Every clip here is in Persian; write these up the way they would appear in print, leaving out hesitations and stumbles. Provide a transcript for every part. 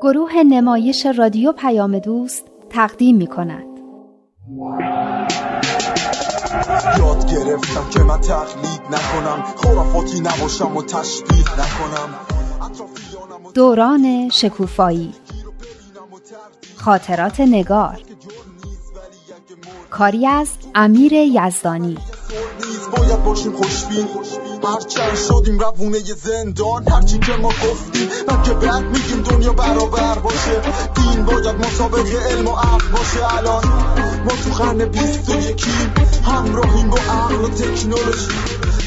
گروه نمایش رادیو پیام دوست تقدیم می‌کند. یاد گرفتم که من تقلید نکنم، خرافاتی نباشم و تشبیه نکنم. دوران شکوفایی، خاطرات نگار، کاری از امیر یزدانی. باید باشیم خوشبین، هرچند شدیم روونه ی زندان، هرچی که ما گفتیم من که بعد میگیم دنیا برابر باشه. دین باید مسابق علم و عقل باشه. الان ما تو قرن 21 همراهیم با عقل و تکنولوژی.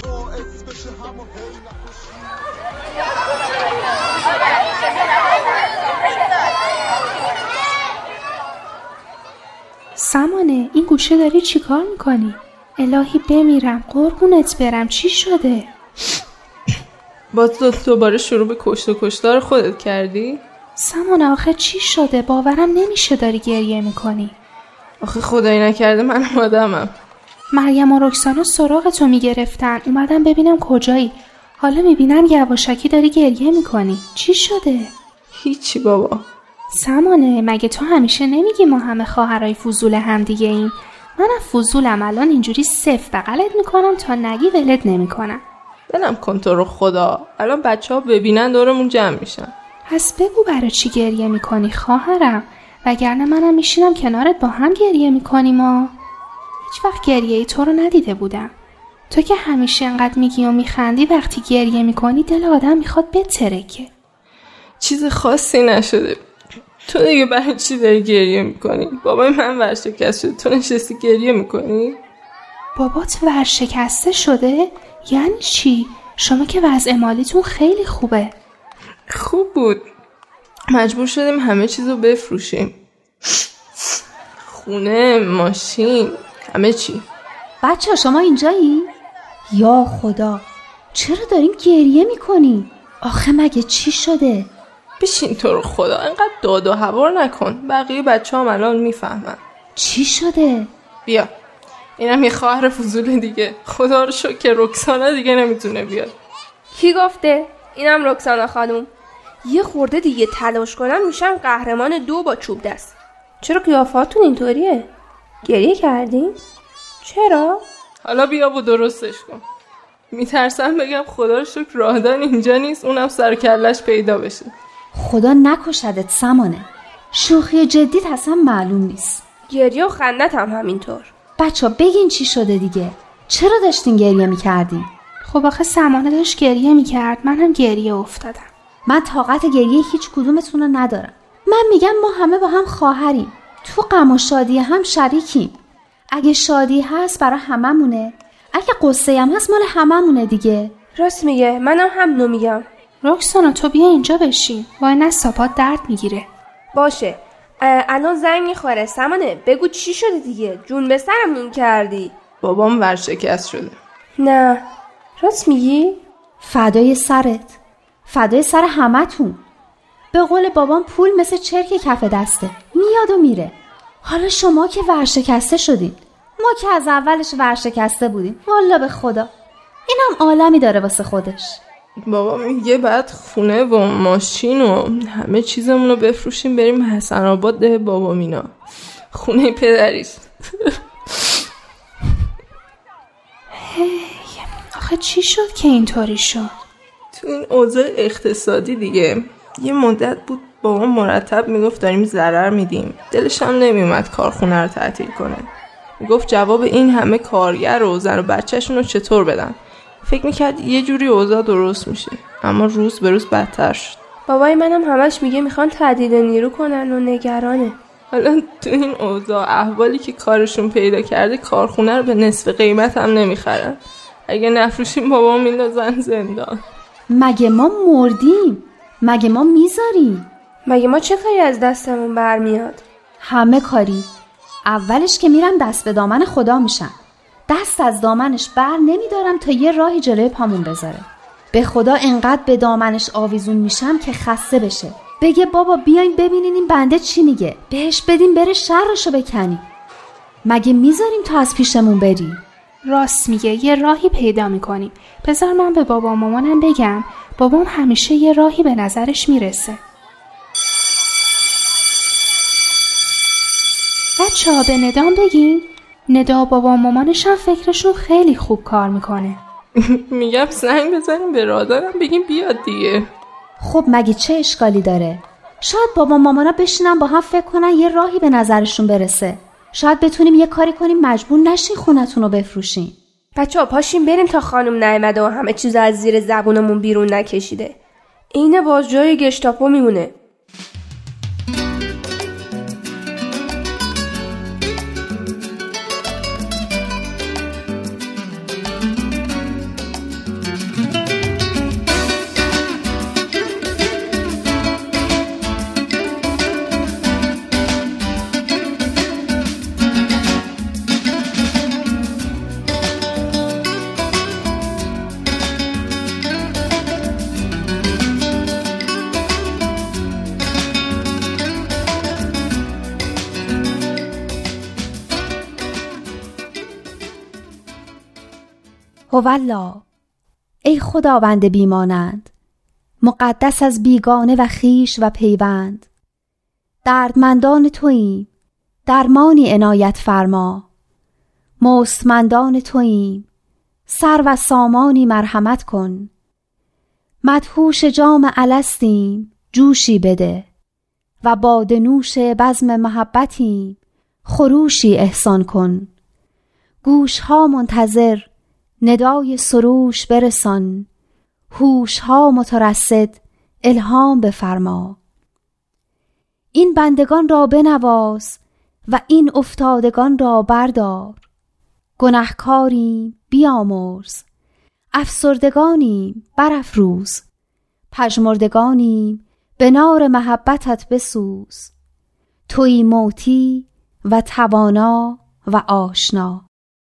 سمانه، این گوشه داری چی کار میکنی؟ الهی بمیرم، قربونت برم، چی شده؟ باز دوباره شروع به کشت و کشتار خودت کردی؟ سمانه آخه چی شده؟ باورم نمیشه داری گریه میکنی. آخه خدایی نکرده من آدمم. مریم و رکسانا سراغتو میگرفتن، اومدم ببینم کجایی. حالا میبینم یواشکی داری گریه میکنی. چی شده؟ هیچی بابا. سمانه، مگه تو همیشه نمیگی ما همه خواهرای فضول هم دیگه ایم؟ منم فضولم، الان اینجوری صف بغلت میکنم تا نگی ولت نمیکنم. دلم کن تو رو خدا، الان بچه‌ها ببینن دورمون جمع میشن. پس بگو برای چی گریه میکنی خواهرم، وگرنه منم میشینم کنارت با هم گریه میکنیم. ما هیچ وقت گریه تو رو ندیده بودم. تو که همیشه انقدر میگی و میخندی، وقتی گریه میکنی دل آدم میخواد بترکه. چیز خاصی نشده. تو دیگه برای چی داری گریه میکنی؟ بابای من ورشکست شده، تو نشستی گریه میکنی؟ بابات ورشکسته شده؟ یعنی چی؟ شما که وضع مالیتون خیلی خوبه. خوب بود، مجبور شدیم همه چیزو بفروشیم، خونه، ماشین، همه چی. بچه شما اینجایی؟ یا خدا، چرا داریم گریه میکنی؟ آخه مگه چی شده؟ بشین تو رو خدا، انقدر داد و هوار نکن، بقیه بچه هم الان میفهمن. چی شده؟ بیا، اینم یه خواهر فضول دیگه. خدا رو شکر که رکسانا دیگه نمیتونه بیاد. کی گفته؟ اینم رکسانا خانوم. یه خورده دیگه تلاش کنم میشم قهرمان 2 با چوب دست. چرا قیافاتون اینطوریه؟ گریه کردین؟ چرا؟ حالا بیا و درستش کن. میترسم بگم خدا رو شکر راهدان اینجا نیست، اونم سر کلش پیدا بشه. خدا نکشدت سمانه، شوخی جدیت اصلا معلوم نیست. گریه و خندت هم همینطور. بچه بگین چی شده دیگه؟ چرا داشتین گریه میکردین؟ خب آخه سمانه داشت گریه میکرد، منم گریه افتادم. من طاقت گریه هیچ کدومتون رو ندارم. من میگم ما همه با هم خواهریم، تو غم و شادی هم شریکیم. اگه شادی هست برای هممونه، اگه قصه هم هست مال هممونه دیگه. راست میگه، منم همینو میگم. رکسانا تو بیا اینجا بشین، وای نستا پات درد میگیره. باشه، الان زنگ میخوره. سمانه بگو چی شده دیگه، جون به سرمون کردی. بابام ورشکست شده. نه راست میگی؟ فدای سرت، فدای سر همتون. به قول بابام پول مثل چرک کف دسته، میاد و میره. حالا شما که ورشکسته شدین، ما که از اولش ورشکسته بودیم. والله به خدا اینم عالمی داره واسه خودش. بابا میگه بعد خونه و ماشین و همه چیزمون رو بفروشیم بریم حسن آباد ده بابا مینا، خونه پدریست. آخه چی شد که اینطوری شد؟ تو این اوضاع اقتصادی دیگه. یه مدت بود بابا مرتب میگفت داریم ضرر میدیم، دلش هم نمیومد کارخونه رو تعطیل کنه. میگفت جواب این همه کارگر و زن و بچه‌شون رو چطور بدن. فکر میکرد یه جوری اوضاع درست میشه، اما روز به روز بدتر شد. بابای منم همش میگه میخوان تعدیل نیرو کنن و نگرانه. حالا تو این اوضاع احوالی که کارشون پیدا کرده کارخونه رو به نصف قیمت هم نمیخرن. اگه نفروشیم بابا میندازن زندان. مگه ما مردیم؟ مگه ما میذاریم؟ مگه ما چه کاری از دستمون برمیاد؟ همه کاری. اولش که میرم دست به دامن خدا میشم، دست از دامنش بر نمیدارم تا یه راهی جلوی پامون بذاره. به خدا انقدر به دامنش آویزون میشم که خسته بشه، بگه بابا بیاین ببینین این بنده چی میگه، بهش بدیم بره شرشو بکنی. مگه میذاریم تا از پیشمون بری؟ راست میگه، یه راهی پیدا میکنیم. بذار من به بابا مامانم بگم، بابام همیشه یه راهی به نظرش میرسه. بچه‌ها به ندام بگین. ندا بابا مامانش هم فکرشون خیلی خوب کار میکنه. میگم زنگ بزنیم به رادانم بگیم بیاد دیگه. خب مگه چه اشکالی داره؟ شاید بابا مامانا بشینن با هم فکر کنن یه راهی به نظرشون برسه. شاید بتونیم یه کاری کنیم مجبور نشین خونتون رو بفروشین. بچه‌ها پاشین بریم تا خانم نیامده و همه چیز از زیر زبونمون بیرون نکشیده. اینه باز جای گشتاپو میمونه. هوالله، ای خداوند بیمانند، مقدس از بیگانه و خیش و پیوند. دردمندان توییم، درمانی عنایت فرما. مستمندان توییم، سر و سامانی مرحمت کن. مدهوش جام الستیم، جوشی بده. و باده نوش بزم محبتیم، خروشی احسان کن. گوشها منتظر، ندای سروش برسان. هوشها مترصد، الهام بفرما. این بندگان را بنواز و این افتادگان را بردار. گنهکاریم بیامرز، افسردگانیم برافروز. پژمردگانیم به نار محبتت بسوز. تویی موتی و توانا و آشنا.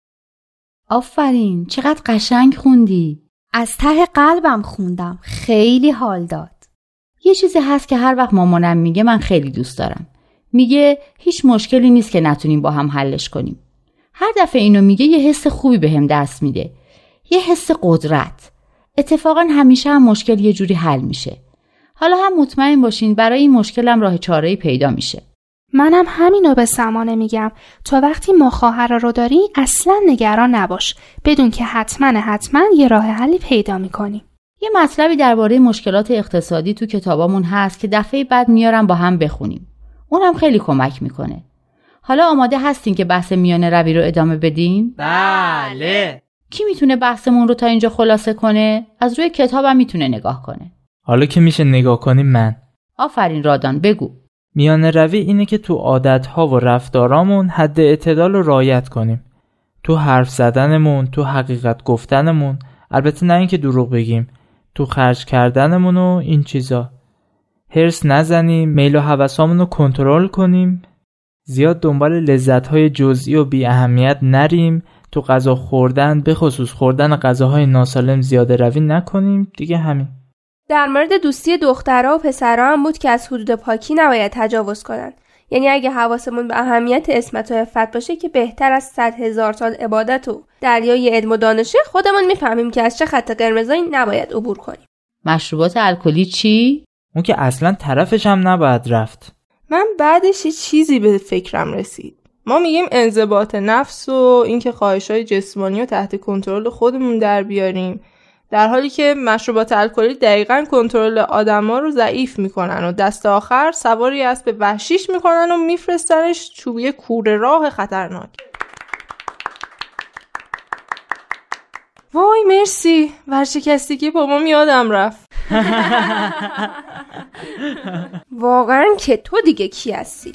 آفرین، چقدر قشنگ خوندی. از ته قلبم خوندم، خیلی حال داد. یه چیزی هست که هر وقت مامانم میگه من خیلی دوست دارم. میگه هیچ مشکلی نیست که نتونیم با هم حلش کنیم. هر دفعه اینو میگه یه حس خوبی بهم دست میده. یه حس قدرت. اتفاقا همیشه هم مشکل یه جوری حل میشه. حالا هم مطمئن باشین برای این مشکلم راه چاره‌ای پیدا میشه. منم همینو به سمانه میگم. تو وقتی ما خواهر رو داری اصلا نگران نباش. بدون که حتما یه راه حلی پیدا میکنی. یه مطلبی درباره مشکلات اقتصادی تو کتابامون هست که دفعه بعد میارم با هم بخونیم. اونم خیلی کمک میکنه. حالا آماده هستین که بحث میانه روی رو ادامه بدیم؟ بله. کی میتونه بحثمون رو تا اینجا خلاصه کنه؟ از روی کتابم میتونه نگاه کنه. حالا که میشه نگاه کنیم من. آفرین رادان، بگو. میانه روی اینه که تو عادتها و رفتارامون حد اعتدال رو رعایت کنیم. تو حرف زدنمون، تو حقیقت گفتنمون، البته نه اینکه دروغ بگیم، تو خرج کردنمون و این چیزا. هرس نزنیم، میل و هوسامون رو کنترل کنیم. زیاد دنبال لذت‌های جزئی و بی اهمیت نریم. تو غذا خوردن، به خصوص خوردن غذاهای ناسالم زیاده روی نکنیم. دیگه همین. در مورد دوستی دخترها و پسرها هم بود که از حدود پاکی نباید تجاوز کنن. یعنی اگه حواسمون به اهمیت عصمت و عفت باشه که بهتر از 100,000 سال عبادت و دریای علم و دانشه، خودمون میفهمیم که از چه خط قرمزایی نباید عبور کنیم. مشروبات الکلی چی؟ اون که اصلا طرفش هم نباید رفت. من بعدش یه چیزی به فکرم رسید. ما میگیم انضباط نفس و اینکه خواهش‌های جسمانی رو تحت کنترل خودمون در بیاریم، در حالی که مشروبات الکلی دقیقاً کنترل آدما رو ضعیف میکنن و دست آخر سواری اسب وحشیش میکنن و میفرستنش توی کوره راه خطرناک. وای مرسی، ورشکستگی بابام یادم رفت. واقعاً که تو دیگه کی هستی؟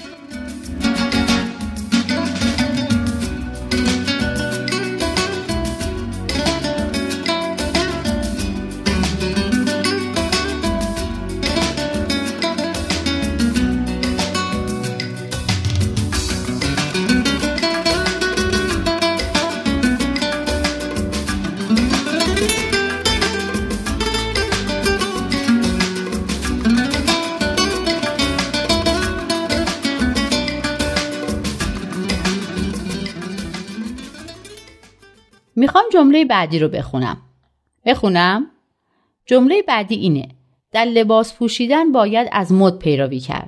میخوام جمله بعدی رو بخونم؟ جمله بعدی اینه: در لباس پوشیدن باید از مد پیروی کرد.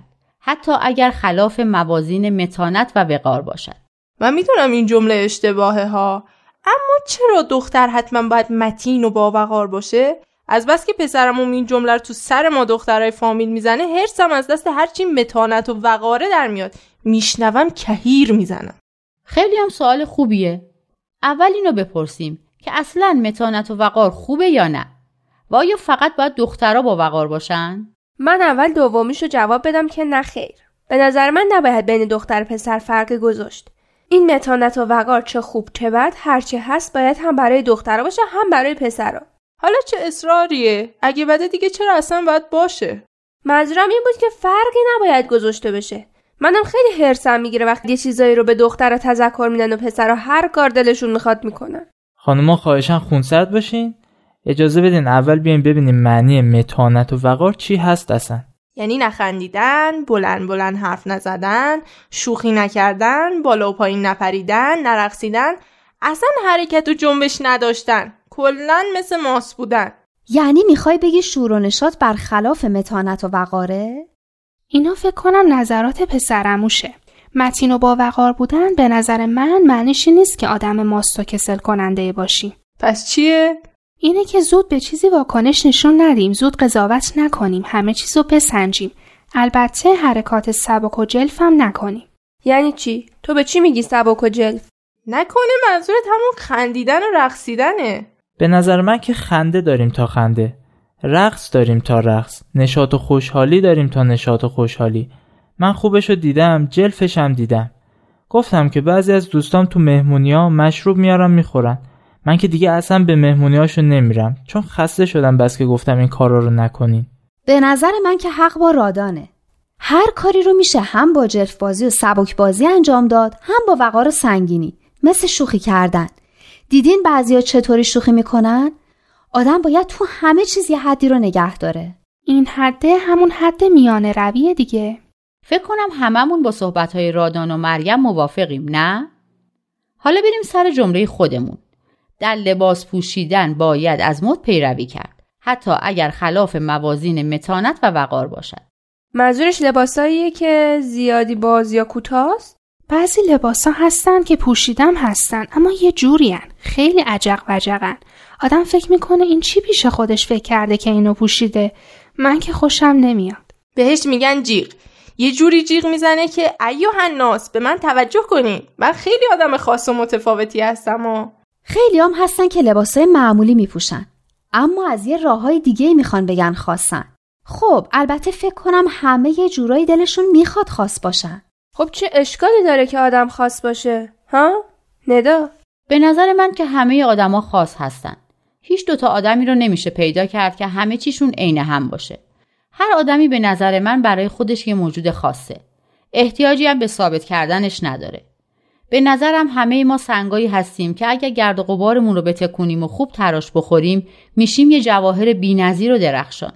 حتی اگر خلاف موازین متانت و وقار باشد. من میدونم این جمله اشتباهه ها، اما چرا دختر حتما باید متین و باوقار باشه؟ از بس که پسرمون این جمله رو تو سر ما دخترای فامیل میزنه، هرسم از دست هرچی متانت و وقاره در میاد. میشنوم کهیر میزنم. خیلی هم سوال خوبیه. اول اینو بپرسیم که اصلاً متانت و وقار خوبه یا نه؟ و آیا فقط باید دخترها با وقار باشن؟ من اول دومیشو جواب بدم که نه خیر. به نظر من نباید بین دختر و پسر فرق گذاشت. این متانت و وقار چه خوب چه بد هرچی هست باید هم برای دخترها باشه هم برای پسرها. حالا چه اصراریه؟ اگه بده دیگه چرا اصلا باید باشه؟ منظورم این بود که فرقی نباید گذاشته بشه. منم خیلی هرسم میگیره وقتی یه چیزایی رو به دخترها تذکر میدن و پسرها هر کار دلشون میخواد میکنن. خانوما خواهشاً خونسرد باشین. اجازه بدین اول بیایم ببینیم معنی متانت و وقار چی هست اصلا. یعنی نخندیدن، بلند بلند حرف نزدن، شوخی نکردن، بالا و پایین نپریدن، نرقصیدن، اصلا حرکت و جنبش نداشتن، کلاً مثل ماس بودن. یعنی میخوای بگی شور و نشاط برخلاف متانت و وقاره؟ اینا فکر کنم نظرات پسرعموشه. متین و با وقار بودن به نظر من معنیش نیست که آدم ماست و کسل کننده باشی. پس چیه؟ اینه که زود به چیزی واکنش نشون ندیم، زود قضاوت نکنیم، همه چیزو بسنجیم. البته حرکات سبک و جلف هم نکنیم. یعنی چی؟ تو به چی میگی سبک و جلف؟ نکنه منظورت همون خندیدن و رقصیدنه؟ به نظر من که خنده داریم تا خنده، رقص داریم تا رقص، نشاط و خوشحالی داریم تا نشاط و خوشحالی. من خوبشو دیدم، جلفش هم دیدم. گفتم که بعضی از دوستام تو مهمونی‌ها مشروب میارن میخورن. من که دیگه اصلا به مهمونی‌هاشون نمیرم، چون خسته شدم بس که گفتم این کارا رو نکنین. به نظر من که حق با رادانه. هر کاری رو میشه هم با جلف بازی و سبک بازی انجام داد، هم با وقار سنگینی، مثل شوخی کردن. دیدین بعضیا چطوری شوخی میکنن؟ آدم باید تو همه چیز یه حدی رو نگه داره. این حده همون حد میانه رویه دیگه. فکر کنم هممون با صحبت‌های رادان و مریم موافقیم، نه؟ حالا بریم سر جمله خودمون. در لباس پوشیدن باید از مد پیروی کرد، حتی اگر خلاف موازین متانت و وقار باشد. منظورش لباساییه که زیادی باز یا کوتاست؟ بعضی لباسا هستن که پوشیدم هستن اما یه جورین، خیلی عجق وجقن. آدم فکر میکنه این چی پیش خودش فکر کرده که اینو پوشیده. من که خوشم نمیاد. بهش میگن جیغ. یه جوری جیغ میزنه که ایوه الناس به من توجه کنین، من خیلی آدم خاص و متفاوتی هستم و خیلی هم هستن که لباسای معمولی میپوشن اما از یه راههای دیگه میخوان بگن خاصن. خب البته فکر کنم همه یه جورایی دلشون میخواد خاص باشن. خب چه اشکالی داره که آدم خاص باشه؟ ها؟ ندا؟ به نظر من که همه آدما خاص هستن. هیچ دوتا آدمی رو نمیشه پیدا کرد که همه چیشون عین هم باشه. هر آدمی به نظر من برای خودش یه موجود خاصه. احتیاجی هم به ثابت کردنش نداره. به نظرم همه ما سنگایی هستیم که اگه گرد و غبارمون رو بتکونیم و خوب تراش بخوریم میشیم یه جواهر بی‌نظیر و درخشان.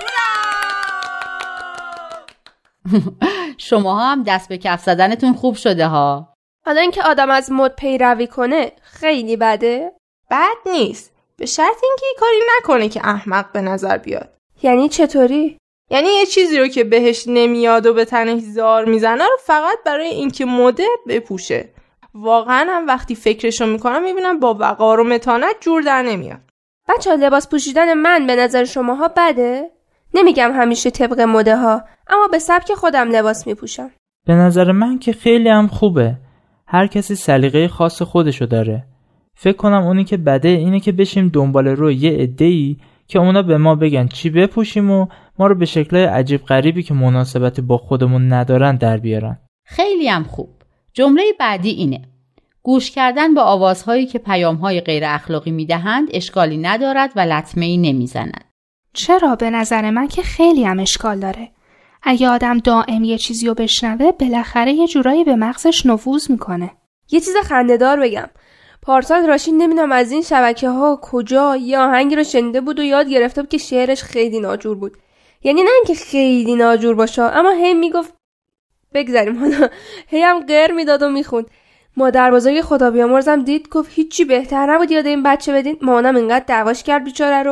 شماها هم دست به کف زدنتون خوب شده ها. حالا اینکه آدم از مد پیروی کنه خیلی بده؟ بد نیست، به شرط اینکه کاری نکنه که احمق به نظر بیاد. یعنی چطوری؟ یعنی یه چیزی رو که بهش نمیاد و به تنش زار میزنه رو فقط برای اینکه مده بپوشه. واقعا هم وقتی فکرشو میکنم میبینم با وقار و متانت جور در نمیاد. بچه‌ها لباس پوشیدن من به نظر شماها بده؟ نمیگم همیشه طبق مده ها، اما به سبک خودم لباس میپوشم. به نظر من که خیلی هم خوبه. هر کسی سلیقه خاص خودشو داره. فکر کنم اونی که بده اینه که بشیم دنبال روی یه عده‌ای که اونا به ما بگن چی بپوشیم و ما رو به شکل‌های عجیب غریبی که مناسبتی با خودمون ندارن در بیارن. خیلی هم خوب. جمله بعدی اینه: گوش کردن به آوازهایی که پیام‌های غیر اخلاقی میدهند اشکالی ندارد و لطمه‌ای نمیزند. چرا؟ به نظر من که خیلی هم اشکال داره. اگه آدم دائم یه چیزی رو بشنوه بالاخره یه جورایی به مغزش نفوذ میکنه. یه چیز خنده‌دار بگم. پارسال راشین نمیدونم از این شبکه‌ها کجا یه آهنگی رو شنیده بود و یاد گرفته بود که شعرش خیلی ناجور بود. یعنی نه اینکه خیلی ناجور باشه اما هی میگفت بگذاریم حالا هی هم غیر میداد و میخوند. مادر بزرگ خدا بیامرزم دید گفت هیچی بهتر نبود یاد این بچه بدین. مامانم اینقدر دعواش کرد بیچاره رو.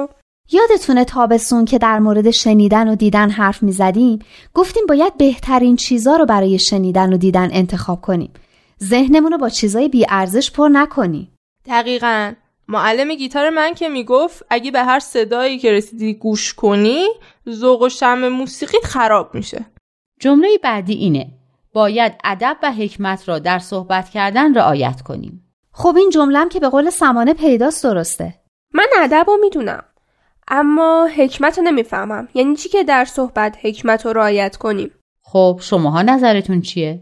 یادتونه تابستون که در مورد شنیدن و دیدن حرف میزدیم گفتیم باید بهترین چیزا رو برای شنیدن و دیدن انتخاب کنیم. ذهنمون رو با چیزای بی ارزش پر نکنیم. دقیقاً. معلم گیتار من که میگفت اگه به هر صدایی که رسیدی گوش کنی ذوق و شم موسیقیت خراب میشه. جمله بعدی اینه: باید ادب و حکمت را در صحبت کردن رعایت کنیم. خب این جمله‌ام که به قول سمانه پیداست درسته. من ادب رو میدونم اما حکمت رو نمیفهمم. یعنی چی که در صحبت حکمت رو رعایت کنیم؟ خب شماها نظرتون چیه؟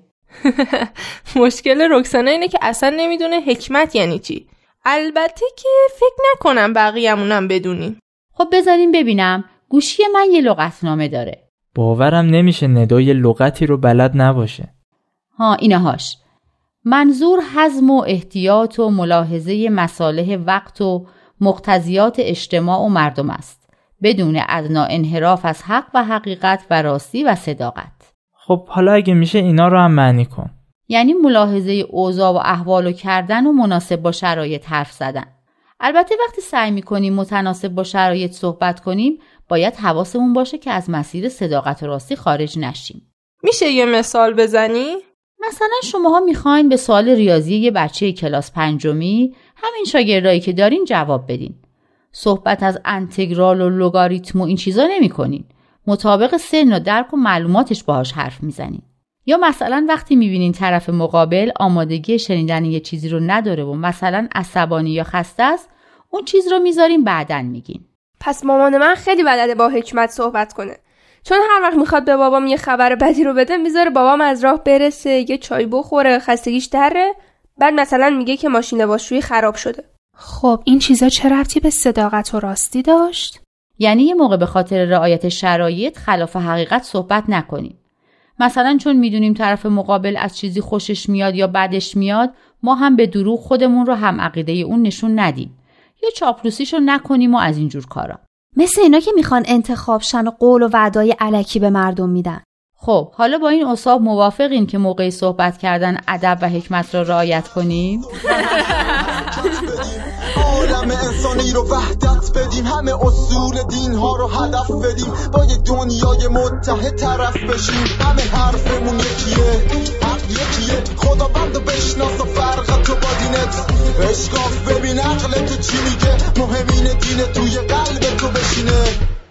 مشکل رکسانا اینه که اصلا نمیدونه حکمت یعنی چی. البته که فکر نکنم بقیه‌مونم بدونیم. خب بذاریم ببینم. گوشی من یه لغتنامه داره. باورم نمیشه ندا یه لغتی رو بلد نباشه. اینهاش. منظور هضم و احتیاط و ملاحظه مصالح وقت و مقتضیات اجتماع و مردم است، بدون ادنا انحراف از حق و حقیقت و راستی و صداقت. خب حالا اگه میشه اینا رو هم معنی کن. یعنی ملاحظه اوضاع و احوالو کردن و مناسب با شرایط حرف زدن. البته وقتی سعی میکنیم متناسب با شرایط صحبت کنیم باید حواسمون باشه که از مسیر صداقت و راستی خارج نشیم. میشه یه مثال بزنی؟ مثلا شماها میخواین به سوال ریاضی یه بچه کلاس 5 همین شاگردایی که دارین جواب بدین. صحبت از انتگرال و لگاریتم و این چیزا نمی‌کنین. مطابق سن و درک و معلوماتش باهاش حرف میزنین. یا مثلا وقتی میبینین طرف مقابل آمادگی شنیدن یه چیزی رو نداره و مثلا عصبانی یا خسته است، اون چیز رو میذارین بعدن میگین. پس مامان من خیلی بلده با حکمت صحبت کنه. چون هر وقت میخواد به بابام یه خبر بدی رو بده میذاره بابام از راه برسه، یه چای بخوره، خستگیش دره، بعد مثلا میگه که ماشین لباسشویی خراب شده. خب این چیزا چه ربطی به صداقت و راستی داشت؟ یعنی یه موقع به خاطر رعایت شرایط خلاف حقیقت صحبت نکنیم. مثلا چون میدونیم طرف مقابل از چیزی خوشش میاد یا بدش میاد، ما هم به دروغ خودمون رو هم عقیده اون نشون ندیم. یا چاپلوسیشو نکنیم و از اینجور کارا. مثل اینا که میخوان انتخاب شن و قول و وعدای الکی به مردم میدن. خب حالا با این اوصاف موافقین که موقع صحبت کردن ادب و حکمت را رعایت کنیم؟ عالم انسانی رو وحدت بدیم، همه اصول دین ها رو هدف بدیم، با یه دنیای متحد طرف بشیم. همه حرفمون یکیه، حق یکیه، خدا بندو بشناس و فرق تو با دینت. اشکاف ببین عقل تو چی میگه، مهم اینه دین توی قلب تو بشینه.